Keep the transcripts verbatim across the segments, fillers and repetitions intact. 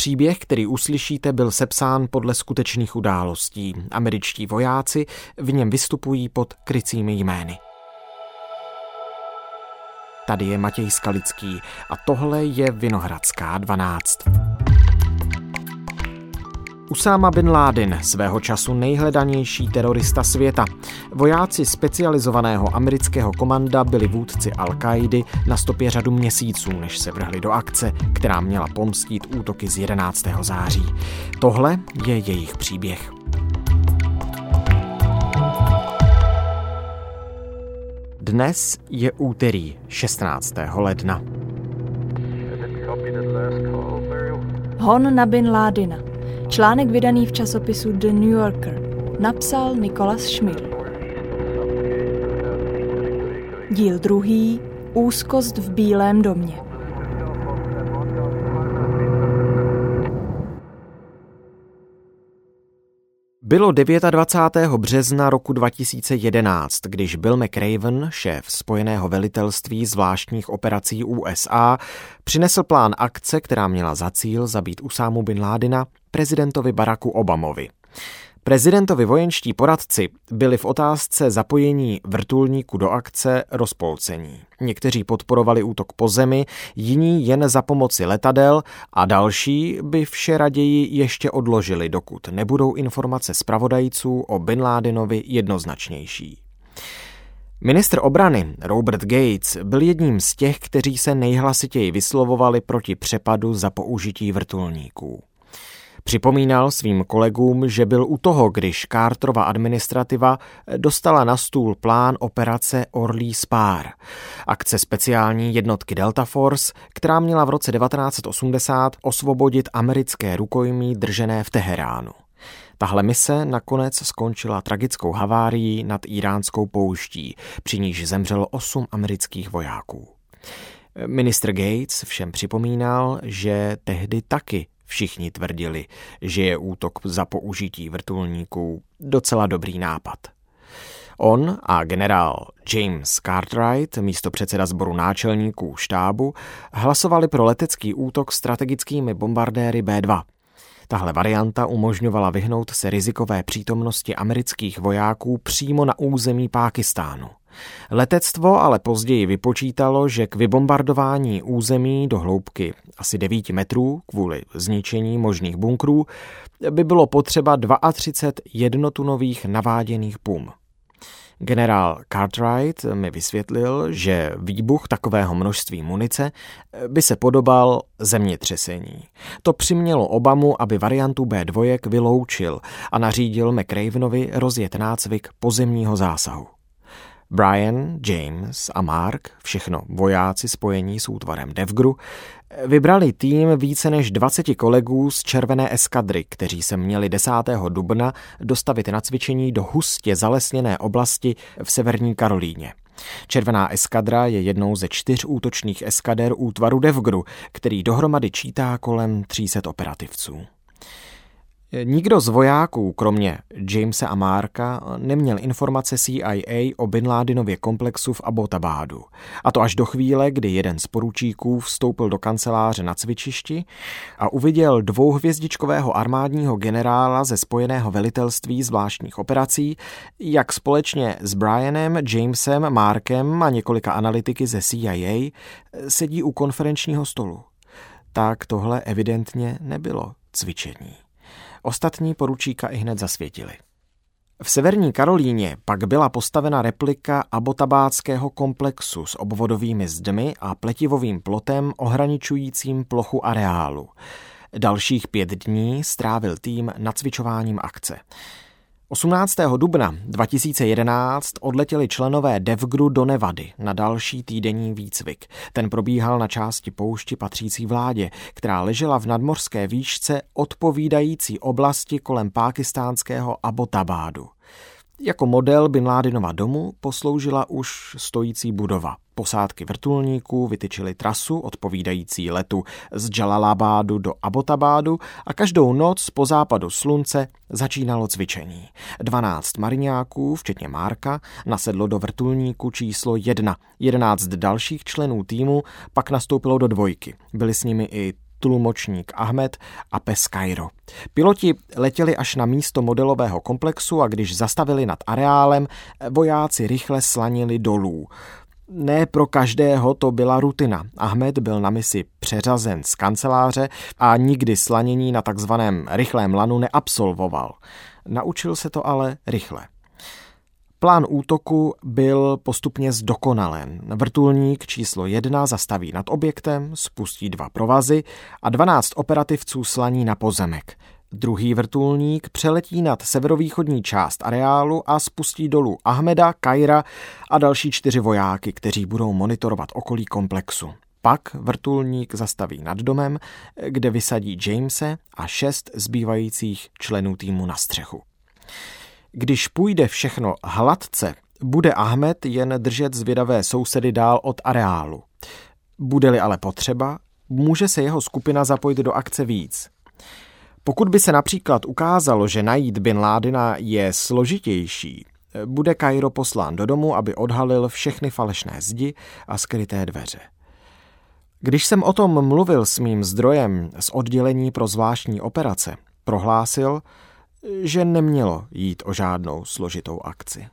Příběh, který uslyšíte, byl sepsán podle skutečných událostí. Američtí vojáci v něm vystupují pod krycími jmény. Tady je Matěj Skalický a tohle je Vinohradská dvanáct. Usáma bin Ládin, svého času nejhledanější terorista světa. Vojáci specializovaného amerického komanda byli vůdci Al-Káidy na stopě řadu měsíců, než se vrhli do akce, která měla pomstít útoky z jedenáctého září. Tohle je jejich příběh. Dnes je úterý šestnáctého ledna. Hon na bin Ládina. Článek vydaný v časopisu The New Yorker. Napsal Nicholas Schmil. Díl druhý. Úzkost v Bílém domě. Bylo dvacátého devátého března roku dva tisíce jedenáct, když Bill McRaven, šéf Spojeného velitelství zvláštních operací U S A, přinesl plán akce, která měla za cíl zabít Usámu bin Ládina, prezidentovi Baracku Obamovi. Prezidentovi vojenští poradci byli v otázce zapojení vrtulníku do akce rozpolcení. Někteří podporovali útok po zemi, jiní jen za pomoci letadel a další by vše raději ještě odložili, dokud nebudou informace zpravodajců o bin Ládinovi jednoznačnější. Ministr obrany Robert Gates byl jedním z těch, kteří se nejhlasitěji vyslovovali proti přepadu za použití vrtulníků. Připomínal svým kolegům, že byl u toho, když Carterova administrativa dostala na stůl plán operace Orlí Spár, akce speciální jednotky Delta Force, která měla v roce devatenáct osmdesát osvobodit americké rukojmí držené v Teheránu. Tahle mise nakonec skončila tragickou havárií nad íránskou pouští, při níž zemřelo osm amerických vojáků. Ministr Gates všem připomínal, že tehdy taky všichni tvrdili, že je útok za použití vrtulníků docela dobrý nápad. On a generál James Cartwright, místopředseda sboru náčelníků štábu, hlasovali pro letecký útok strategickými bombardéry bé dva. Tahle varianta umožňovala vyhnout se rizikové přítomnosti amerických vojáků přímo na území Pákistánu. Letectvo ale později vypočítalo, že k vybombardování území do hloubky asi devět metrů kvůli zničení možných bunkrů by bylo potřeba třicet dva jednotunových naváděných pum. Generál Cartwright mi vysvětlil, že výbuch takového množství munice by se podobal zemětřesení. To přimělo Obamu, aby variantu bé dva vyloučil a nařídil McRavenovi rozjet nácvik pozemního zásahu. Brian, James a Mark, všechno vojáci spojení s útvarem Devgru, vybrali tým více než dvaceti kolegů z červené eskadry, kteří se měli desátého dubna dostavit na cvičení do hustě zalesněné oblasti v severní Karolíně. Červená eskadra je jednou ze čtyř útočných eskader útvaru Devgru, který dohromady čítá kolem tří set operativců. Nikdo z vojáků, kromě Jamesa a Marka, neměl informace C I A o bin Ládinově komplexu v Abbottabadu. A to až do chvíle, kdy jeden z poručíků vstoupil do kanceláře na cvičišti a uviděl dvouhvězdičkového armádního generála ze Spojeného velitelství zvláštních operací, jak společně s Brianem, Jamesem, Markem a několika analytiky ze C I A sedí u konferenčního stolu. Tak tohle evidentně nebylo cvičení. Ostatní poručíka ihned zasvětili. V severní Karolíně pak byla postavena replika abbottabádského komplexu s obvodovými zdmi a pletivovým plotem ohraničujícím plochu areálu. Dalších pět dní strávil tým nacvičováním akce. osmnáctého dubna dva tisíce jedenáct odletěli členové Devgru do Nevady na další týdenní výcvik. Ten probíhal na části poušti patřící vládě, která ležela v nadmořské výšce odpovídající oblasti kolem pákistánského Abbottabadu. Jako model bin Ládinova domu posloužila už stojící budova. Posádky vrtulníků vytyčily trasu odpovídající letu z Džalalabádu do Abbottabadu a každou noc po západu slunce začínalo cvičení. Dvanáct mariňáků, včetně Marka, nasedlo do vrtulníku číslo jedna. Jedenáct dalších členů týmu pak nastoupilo do dvojky. Byli s nimi i tlumočník Ahmed a pes Cairo. Piloti letěli až na místo modelového komplexu a když zastavili nad areálem, vojáci rychle slanili dolů. Ne pro každého to byla rutina. Ahmed byl na misi přeřazen z kanceláře a nikdy slanění na takzvaném rychlém lanu neabsolvoval. Naučil se to ale rychle. Plán útoku byl postupně zdokonalen. Vrtulník číslo jedna zastaví nad objektem, spustí dva provazy a dvanáct operativců slaní na pozemek. Druhý vrtulník přeletí nad severovýchodní část areálu a spustí dolů Ahmeda, Caira a další čtyři vojáky, kteří budou monitorovat okolí komplexu. Pak vrtulník zastaví nad domem, kde vysadí Jamese a šest zbývajících členů týmu na střechu. Když půjde všechno hladce, bude Ahmed jen držet zvědavé sousedy dál od areálu. Bude-li ale potřeba, může se jeho skupina zapojit do akce víc. Pokud by se například ukázalo, že najít Bin Ládina je složitější, bude Cairo poslán do domu, aby odhalil všechny falešné zdi a skryté dveře. Když jsem o tom mluvil s mým zdrojem z oddělení pro zvláštní operace, prohlásil, že nemělo jít o žádnou složitou akci.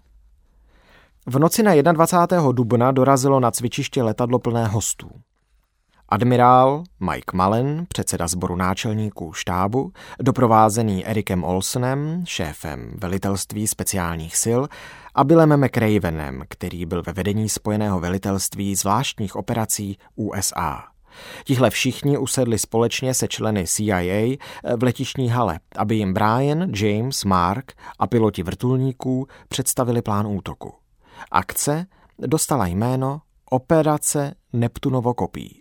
V noci na dvacátého prvního dubna dorazilo na cvičiště letadlo plné hostů. Admirál Mike Mullen, předseda sboru náčelníků štábu, doprovázený Ericem Olsenem, šéfem velitelství speciálních sil, a Billem McRavenem, který byl ve vedení spojeného velitelství zvláštních operací U S A. Tihle všichni usedli společně se členy C I A v letištní hale, aby jim Brian, James, Mark a piloti vrtulníků představili plán útoku. Akce dostala jméno Operace Neptunovo kopí.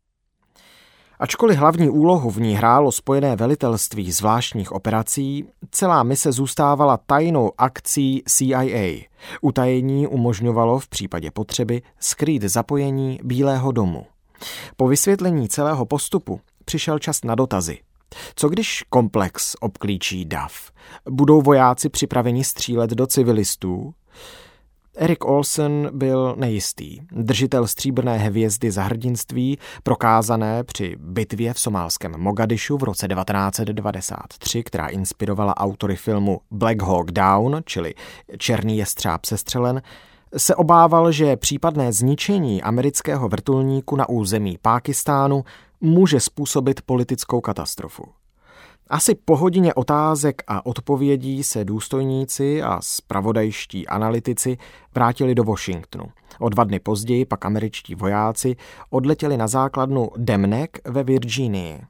Ačkoliv hlavní úlohu v ní hrálo spojené velitelství zvláštních operací, celá mise zůstávala tajnou akcí C I A. Utajení umožňovalo v případě potřeby skrýt zapojení Bílého domu. Po vysvětlení celého postupu přišel čas na dotazy. Co když komplex obklíčí dav? Budou vojáci připraveni střílet do civilistů? Eric Olsen byl nejistý. Držitel stříbrné hvězdy za hrdinství, prokázané při bitvě v somálském Mogadišu v roce devatenáct set devadesát tři, která inspirovala autory filmu Black Hawk Down, čili Černý jestřáb sestřelen, se obával, že případné zničení amerického vrtulníku na území Pákistánu může způsobit politickou katastrofu. Asi po hodině otázek a odpovědí se důstojníci a zpravodajští analytici vrátili do Washingtonu. O dva dny později pak američtí vojáci odletěli na základnu Demneck ve Virginii.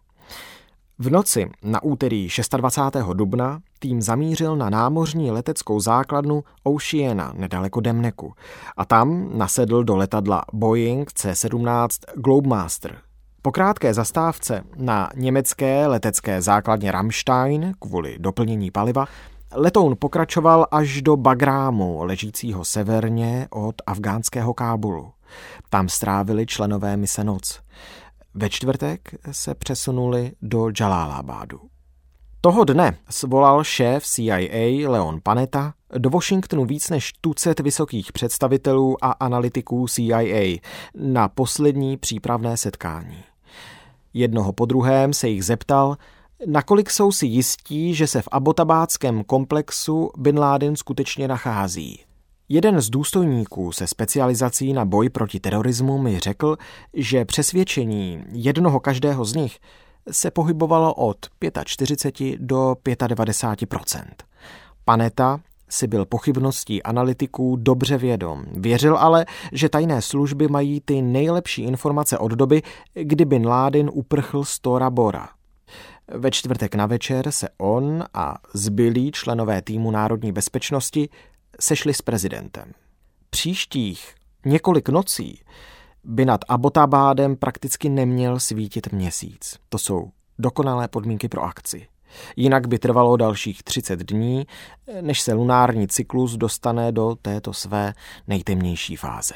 V noci na úterý dvacátého šestého dubna tým zamířil na námořní leteckou základnu Oceana nedaleko Demnecku a tam nasedl do letadla Boeing C sedmnáct Globemaster. Po krátké zastávce na německé letecké základně Ramstein kvůli doplnění paliva letoun pokračoval až do Bagrámu, ležícího severně od afghánského Kábulu. Tam strávili členové mise noc. Ve čtvrtek se přesunuli do Džalálábádu. Toho dne svolal šéf C I A Leon Panetta do Washingtonu víc než tucet vysokých představitelů a analytiků C I A na poslední přípravné setkání. Jednoho po druhém se jich zeptal, nakolik jsou si jistí, že se v abotabádském komplexu Bin Laden skutečně nachází. Jeden z důstojníků se specializací na boj proti terorismu mi řekl, že přesvědčení jednoho každého z nich se pohybovalo od čtyřicet pět do devadesát pět procent. Panetta si byl pochybností analytiků dobře vědom. Věřil ale, že tajné služby mají ty nejlepší informace od doby, kdy Bin Laden uprchl z Tora Bora. Ve čtvrtek na večer se on a zbylí členové týmu národní bezpečnosti sešli s prezidentem. Příštích několik nocí by nad Abotabádem prakticky neměl svítit měsíc. To jsou dokonalé podmínky pro akci. Jinak by trvalo dalších třicet dní, než se lunární cyklus dostane do této své nejtemnější fáze.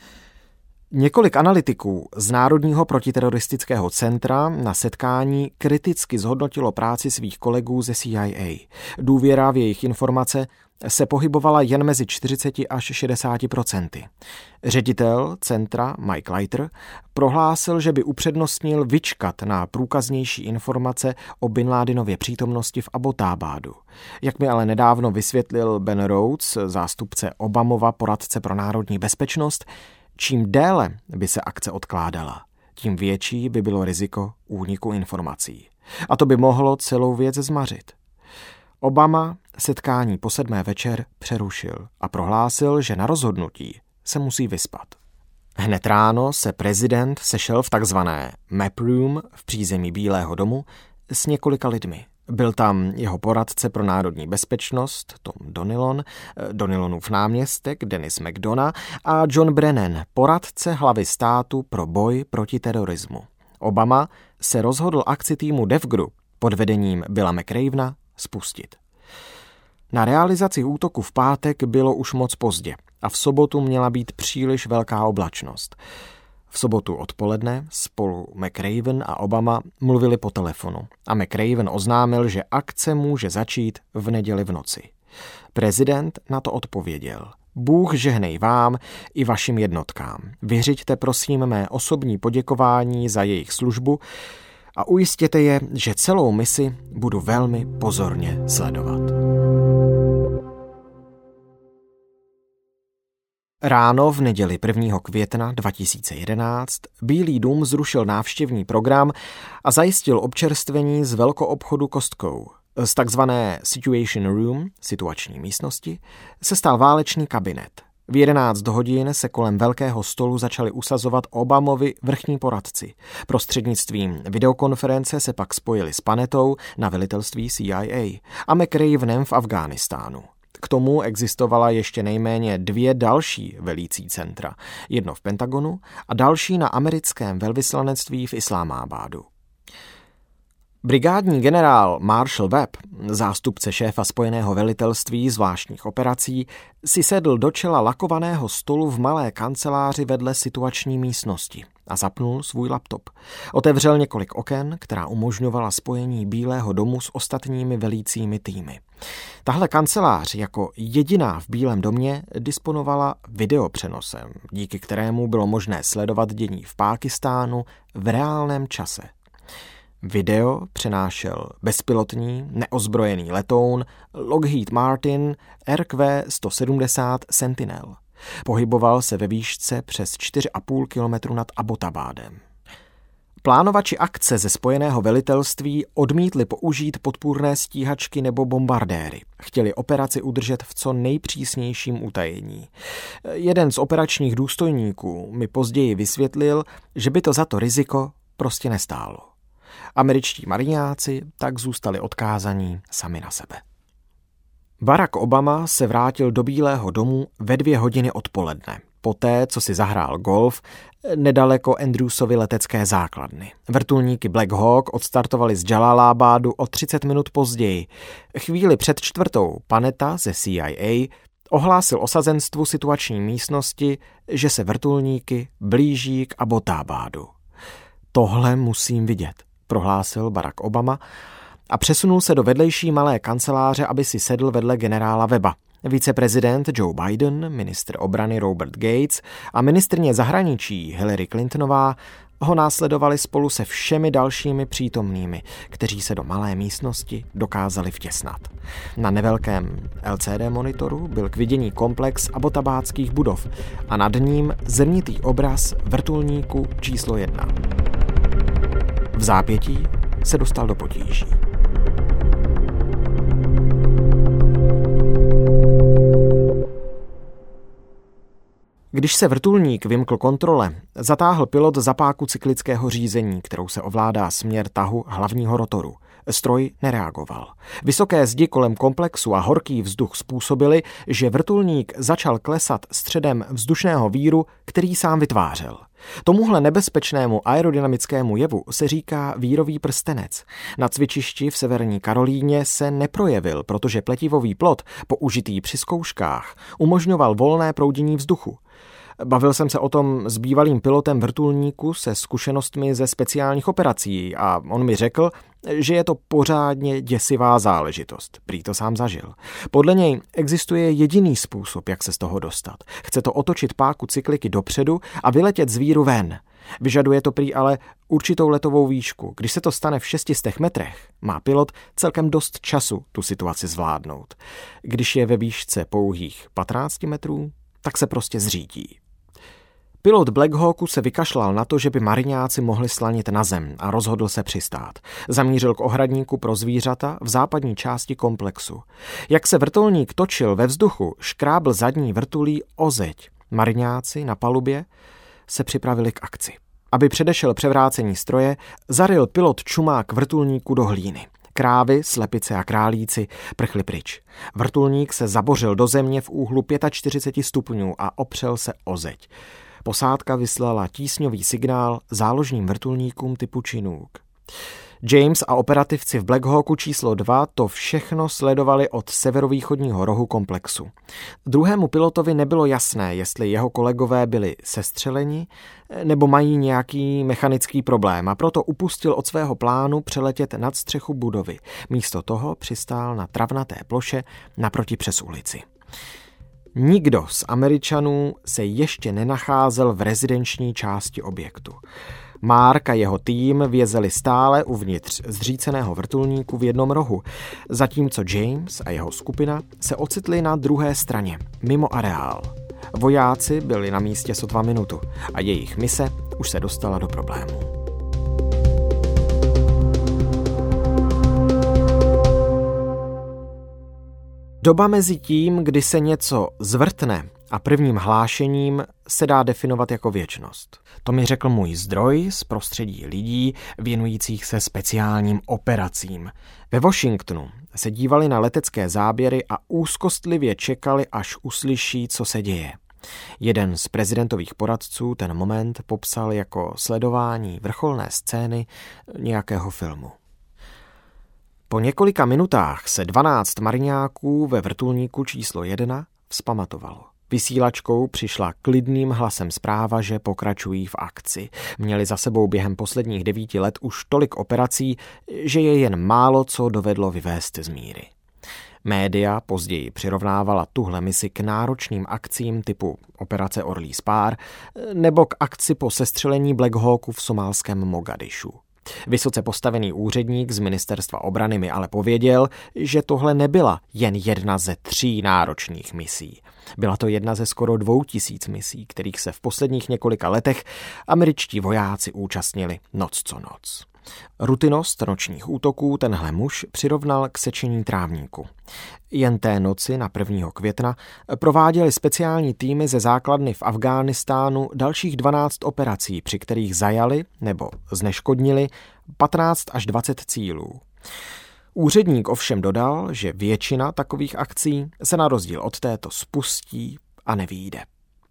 Několik analytiků z Národního protiteroristického centra na setkání kriticky zhodnotilo práci svých kolegů ze C I A. Důvěra v jejich informace se pohybovala jen mezi čtyřicet až šedesát procenty. Ředitel centra Mike Leiter prohlásil, že by upřednostnil vyčkat na průkaznější informace o Bin Ládinově přítomnosti v Abbottabadu. Jak mi ale nedávno vysvětlil Ben Rhodes, zástupce Obamova poradce pro národní bezpečnost, čím déle by se akce odkládala, tím větší by bylo riziko úniku informací. A to by mohlo celou věc zmařit. Obama setkání po sedmé večer přerušil a prohlásil, že na rozhodnutí se musí vyspat. Hned ráno se prezident sešel v takzvané Map Room v přízemí Bílého domu s několika lidmi. Byl tam jeho poradce pro národní bezpečnost Tom Donilon, Donilonův náměstek Dennis McDonough a John Brennan, poradce hlavy státu pro boj proti terorismu. Obama se rozhodl akci týmu Dev Group pod vedením Billa McRavena spustit. Na realizaci útoku v pátek bylo už moc pozdě a v sobotu měla být příliš velká oblačnost. V sobotu odpoledne spolu McRaven a Obama mluvili po telefonu a McRaven oznámil, že akce může začít v neděli v noci. Prezident na to odpověděl: Bůh žehnej vám i vašim jednotkám. Vyřiďte prosím mé osobní poděkování za jejich službu a ujistěte je, že celou misi budu velmi pozorně sledovat. Ráno v neděli prvního května dva tisíce jedenáct Bílý dům zrušil návštěvní program a zajistil občerstvení z velkoobchodu Costco. Z takzvané Situation Room, situační místnosti, se stal válečný kabinet. V jedenáct hodin se kolem velkého stolu začali usazovat Obamovi vrchní poradci. Prostřednictvím videokonference se pak spojili s Panetou na velitelství C I A a McRavenem v Afghánistánu. K tomu existovala ještě nejméně dvě další velící centra. Jedno v Pentagonu a další na americkém velvyslanectví v Islámábádu. Brigádní generál Marshall Webb, zástupce šéfa spojeného velitelství zvláštních operací, si sedl do čela lakovaného stolu v malé kanceláři vedle situační místnosti a zapnul svůj laptop. Otevřel několik oken, která umožňovala spojení Bílého domu s ostatními velícími týmy. Tahle kancelář jako jediná v Bílém domě disponovala videopřenosem, díky kterému bylo možné sledovat dění v Pákistánu v reálném čase. Video přenášel bezpilotní, neozbrojený letoun Lockheed Martin R Q sto sedmdesát Sentinel. Pohyboval se ve výšce přes čtyři a půl kilometru nad Abbottabadem. Plánovači akce ze spojeného velitelství odmítli použít podpůrné stíhačky nebo bombardéry. Chtěli operaci udržet v co nejpřísnějším utajení. Jeden z operačních důstojníků mi později vysvětlil, že by to za to riziko prostě nestálo. Američtí mariňáci tak zůstali odkázaní sami na sebe. Barack Obama se vrátil do Bílého domu ve dvě hodiny odpoledne, poté, co si zahrál golf nedaleko Andrewsovy letecké základny. Vrtulníky Black Hawk odstartovali z Jalalabadu o třicet minut později. Chvíli před čtvrtou Panetta ze C I A ohlásil osazenstvu situační místnosti, že se vrtulníky blíží k Abbottabadu. Tohle musím vidět, prohlásil Barack Obama a přesunul se do vedlejší malé kanceláře, aby si sedl vedle generála Webba. Viceprezident Joe Biden, ministr obrany Robert Gates a ministryně zahraničí Hillary Clintonová ho následovali spolu se všemi dalšími přítomnými, kteří se do malé místnosti dokázali vtěsnat. Na nevelkém L C D monitoru byl k vidění komplex abbottabádských budov a nad ním zrnitý obraz vrtulníku číslo jedna. V zápětí se dostal do potíží. Když se vrtulník vymkl kontrole, zatáhl pilot zapáku cyklického řízení, kterou se ovládá směr tahu hlavního rotoru. Stroj nereagoval. Vysoké zdi kolem komplexu a horký vzduch způsobili, že vrtulník začal klesat středem vzdušného víru, který sám vytvářel. Tomuhle nebezpečnému aerodynamickému jevu se říká vírový prstenec. Na cvičišti v Severní Karolíně se neprojevil, protože pletivový plot, použitý při zkouškách, umožňoval volné proudění vzduchu. Bavil jsem se o tom s bývalým pilotem vrtulníku se zkušenostmi ze speciálních operací a on mi řekl, že je to pořádně děsivá záležitost. Prý to sám zažil. Podle něj existuje jediný způsob, jak se z toho dostat. Chce to otočit páku cykliky dopředu a vyletět z víru ven. Vyžaduje to prý ale určitou letovou výšku. Když se to stane v šestistech metrech, má pilot celkem dost času tu situaci zvládnout. Když je ve výšce pouhých patnáct metrů, tak se prostě zřítí. Pilot Black Hawku se vykašlal na to, že by mariňáci mohli slanit na zem a rozhodl se přistát. Zamířil k ohradníku pro zvířata v západní části komplexu. Jak se vrtulník točil ve vzduchu, škrábl zadní vrtulí o zeď. Mariňáci na palubě se připravili k akci. Aby předešel převrácení stroje, zaryl pilot čumák vrtulníku do hlíny. Krávy, slepice a králíci prchli pryč. Vrtulník se zabořil do země v úhlu čtyřicet pět stupňů a opřel se o zeď. Posádka vyslala tísňový signál záložním vrtulníkům typu Chinook. James a operativci v Black Hawku číslo dva to všechno sledovali od severovýchodního rohu komplexu. Druhému pilotovi nebylo jasné, jestli jeho kolegové byli sestřeleni nebo mají nějaký mechanický problém a proto upustil od svého plánu přeletět nad střechu budovy. Místo toho přistál na travnaté ploše naproti přes ulici. Nikdo z Američanů se ještě nenacházel v rezidenční části objektu. Mark a jeho tým vězeli stále uvnitř zříceného vrtulníku v jednom rohu, zatímco James a jeho skupina se ocitli na druhé straně, mimo areál. Vojáci byli na místě sotva minutu a jejich mise už se dostala do problémů. Doba mezi tím, kdy se něco zvrtne a prvním hlášením, se dá definovat jako věčnost. To mi řekl můj zdroj z prostředí lidí věnujících se speciálním operacím. Ve Washingtonu se dívali na letecké záběry a úzkostlivě čekali, až uslyší, co se děje. Jeden z prezidentových poradců ten moment popsal jako sledování vrcholné scény nějakého filmu. Po několika minutách se dvanáct mariňáků ve vrtulníku číslo jedna vzpamatovalo. Vysílačkou přišla klidným hlasem zpráva, že pokračují v akci. Měli za sebou během posledních devíti let už tolik operací, že je jen málo co dovedlo vyvést z míry. Média později přirovnávala tuhle misi k náročným akcím typu operace Orlí Spár nebo k akci po sestřelení Black Hawku v somálském Mogadišu. Vysoce postavený úředník z ministerstva obrany mi ale pověděl, že tohle nebyla jen jedna ze tří náročných misí. Byla to jedna ze skoro dvou tisíc misí, kterých se v posledních několika letech američtí vojáci účastnili noc co noc. Rutinost nočních útoků tenhle muž přirovnal k sečení trávníku. Jen té noci na prvního května prováděli speciální týmy ze základny v Afghánistánu dalších dvanáct operací, při kterých zajali nebo zneškodnili patnáct až dvacet cílů. Úředník ovšem dodal, že většina takových akcí se na rozdíl od této spustí a nevyjde.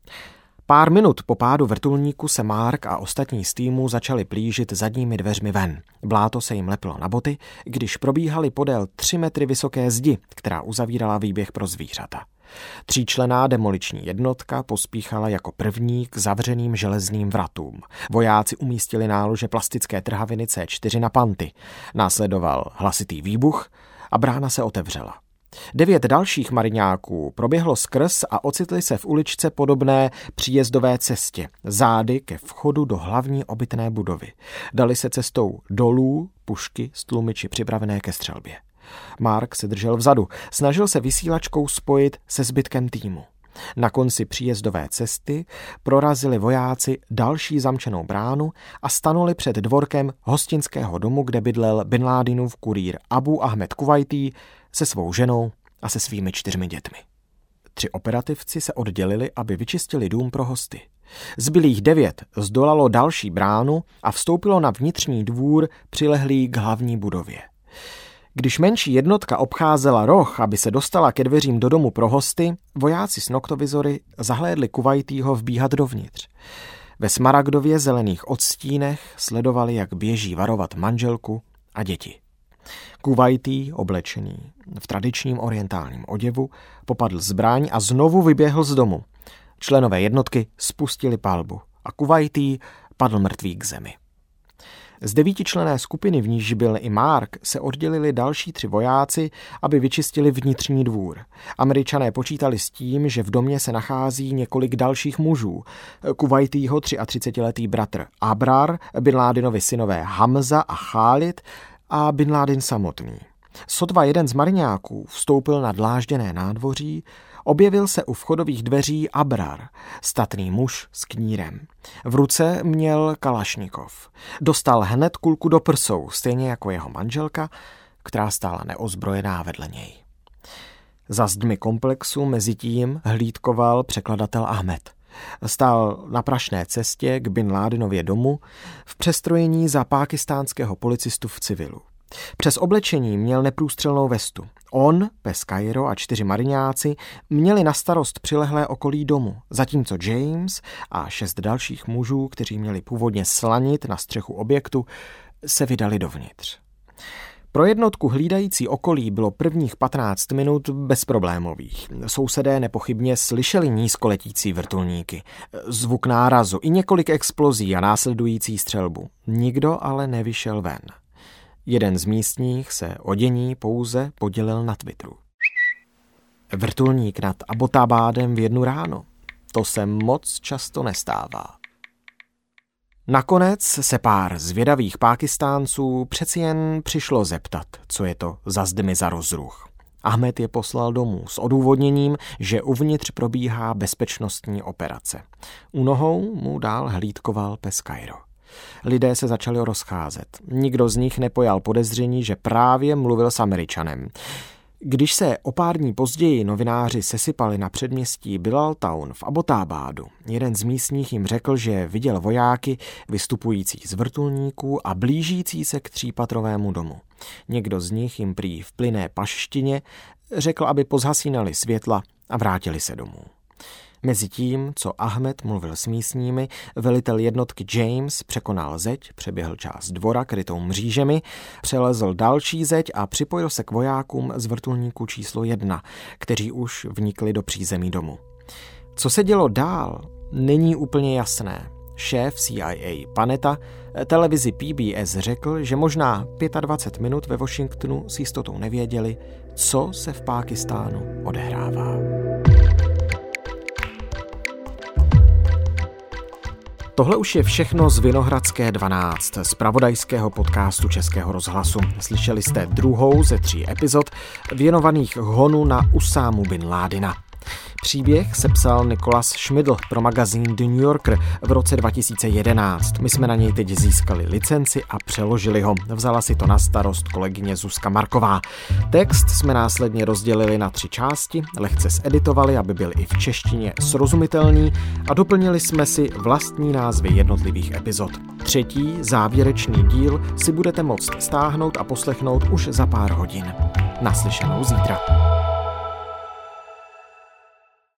Pár minut po pádu vrtulníku se Mark a ostatní z týmu začali plížit zadními dveřmi ven. Bláto se jim lepilo na boty, když probíhali podél tři metry vysoké zdi, která uzavírala výběh pro zvířata. Tříčlenná demoliční jednotka pospíchala jako první k zavřeným železným vratům. Vojáci umístili nálože plastické trhaviny C čtyři na panty. Následoval hlasitý výbuch a brána se otevřela. Devět dalších mariňáků proběhlo skrz a ocitli se v uličce podobné příjezdové cestě, zády ke vchodu do hlavní obytné budovy. Dali se cestou dolů, pušky s tlumiči připravené ke střelbě. Mark se držel vzadu, snažil se vysílačkou spojit se zbytkem týmu. Na konci příjezdové cesty prorazili vojáci další zamčenou bránu a stanuli před dvorkem hostinského domu, kde bydlel Bin Ládinův kurýr Abu Ahmed Kuwaiti se svou ženou a se svými čtyřmi dětmi. Tři operativci se oddělili, aby vyčistili dům pro hosty. Zbylých devět zdolalo další bránu a vstoupilo na vnitřní dvůr přilehlý k hlavní budově. Když menší jednotka obcházela roh, aby se dostala ke dveřím do domu pro hosty, vojáci s noktovizory zahlédli Kuwaitího vbíhat dovnitř. Ve smaragdově zelených odstínech sledovali, jak běží varovat manželku a děti. Kuwaití, oblečený v tradičním orientálním oděvu, popadl zbraň a znovu vyběhl z domu. Členové jednotky spustili palbu a Kuwaití padl mrtvý k zemi. Z devítičlenné skupiny, v níž byl i Mark, se oddělili další tři vojáci, aby vyčistili vnitřní dvůr. Američané počítali s tím, že v domě se nachází několik dalších mužů. Kuwaitího třiatřicetiletý bratr Abrar, Bin Ládinovi synové Hamza a Khalid a Bin Ládin samotný. Sotva jeden z mariňáků vstoupil na dlážděné nádvoří, objevil se u vchodových dveří Abrar, statný muž s knírem. V ruce měl kalašnikov. Dostal hned kulku do prsou, stejně jako jeho manželka, která stála neozbrojená vedle něj. Za zdmi komplexu mezitím hlídkoval překladatel Ahmed. Stál na prašné cestě k Bin Ládinově domu v přestrojení za pákistánského policistu v civilu. Přes oblečení měl neprůstřelnou vestu. On, pes Cairo a čtyři mariňáci měli na starost přilehlé okolí domu, zatímco James a šest dalších mužů, kteří měli původně slanit na střechu objektu, se vydali dovnitř. Pro jednotku hlídající okolí bylo prvních patnáct minut bezproblémových. Sousedé nepochybně slyšeli nízkoletící vrtulníky, zvuk nárazu i několik explozí a následující střelbu. Nikdo ale nevyšel ven. Jeden z místních se o dění pouze podělil na Twitteru. Vrtulník nad Abbottabadem v jednu ráno. To se moc často nestává. Nakonec se pár zvědavých Pákistánců přeci jen přišlo zeptat, co je to za zdmi za rozruch. Ahmed je poslal domů s odůvodněním, že uvnitř probíhá bezpečnostní operace. U nohou mu dál hlídkoval pes Cairo. Lidé se začali rozcházet. Nikdo z nich nepojal podezření, že právě mluvil s Američanem. Když se o pár dní později novináři sesypali na předměstí Bilal Town v Abbottabadu, jeden z místních jim řekl, že viděl vojáky vystupující z vrtulníků a blížící se k třípatrovému domu. Někdo z nich jim prý v plynné paštině řekl, aby pozhasínali světla a vrátili se domů. Mezitím, co Ahmed mluvil s místními, velitel jednotky James překonal zeď, přeběhl část dvora krytou mřížemi, přelezl další zeď a připojil se k vojákům z vrtulníku číslo jedna, kteří už vnikli do přízemí domu. Co se dělo dál, není úplně jasné. Šéf C I A Panetta televizi P B S řekl, že možná dvacet pět minut ve Washingtonu s jistotou nevěděli, co se v Pákistánu odehrává. Tohle už je všechno z Vinohradské dvanáct, z zpravodajského podcastu Českého rozhlasu. Slyšeli jste druhou ze tří epizod věnovaných honu na Usámu Bin Ládina. Příběh sepsal Nicholas Schmidl pro magazín The New Yorker v roce dva tisíce jedenáct. My jsme na něj teď získali licenci a přeložili ho. Vzala si to na starost kolegyně Zuzka Marková. Text jsme následně rozdělili na tři části, lehce zeditovali, aby byl i v češtině srozumitelný a doplnili jsme si vlastní názvy jednotlivých epizod. Třetí, závěrečný díl si budete moct stáhnout a poslechnout už za pár hodin. Naslyšenou zítra.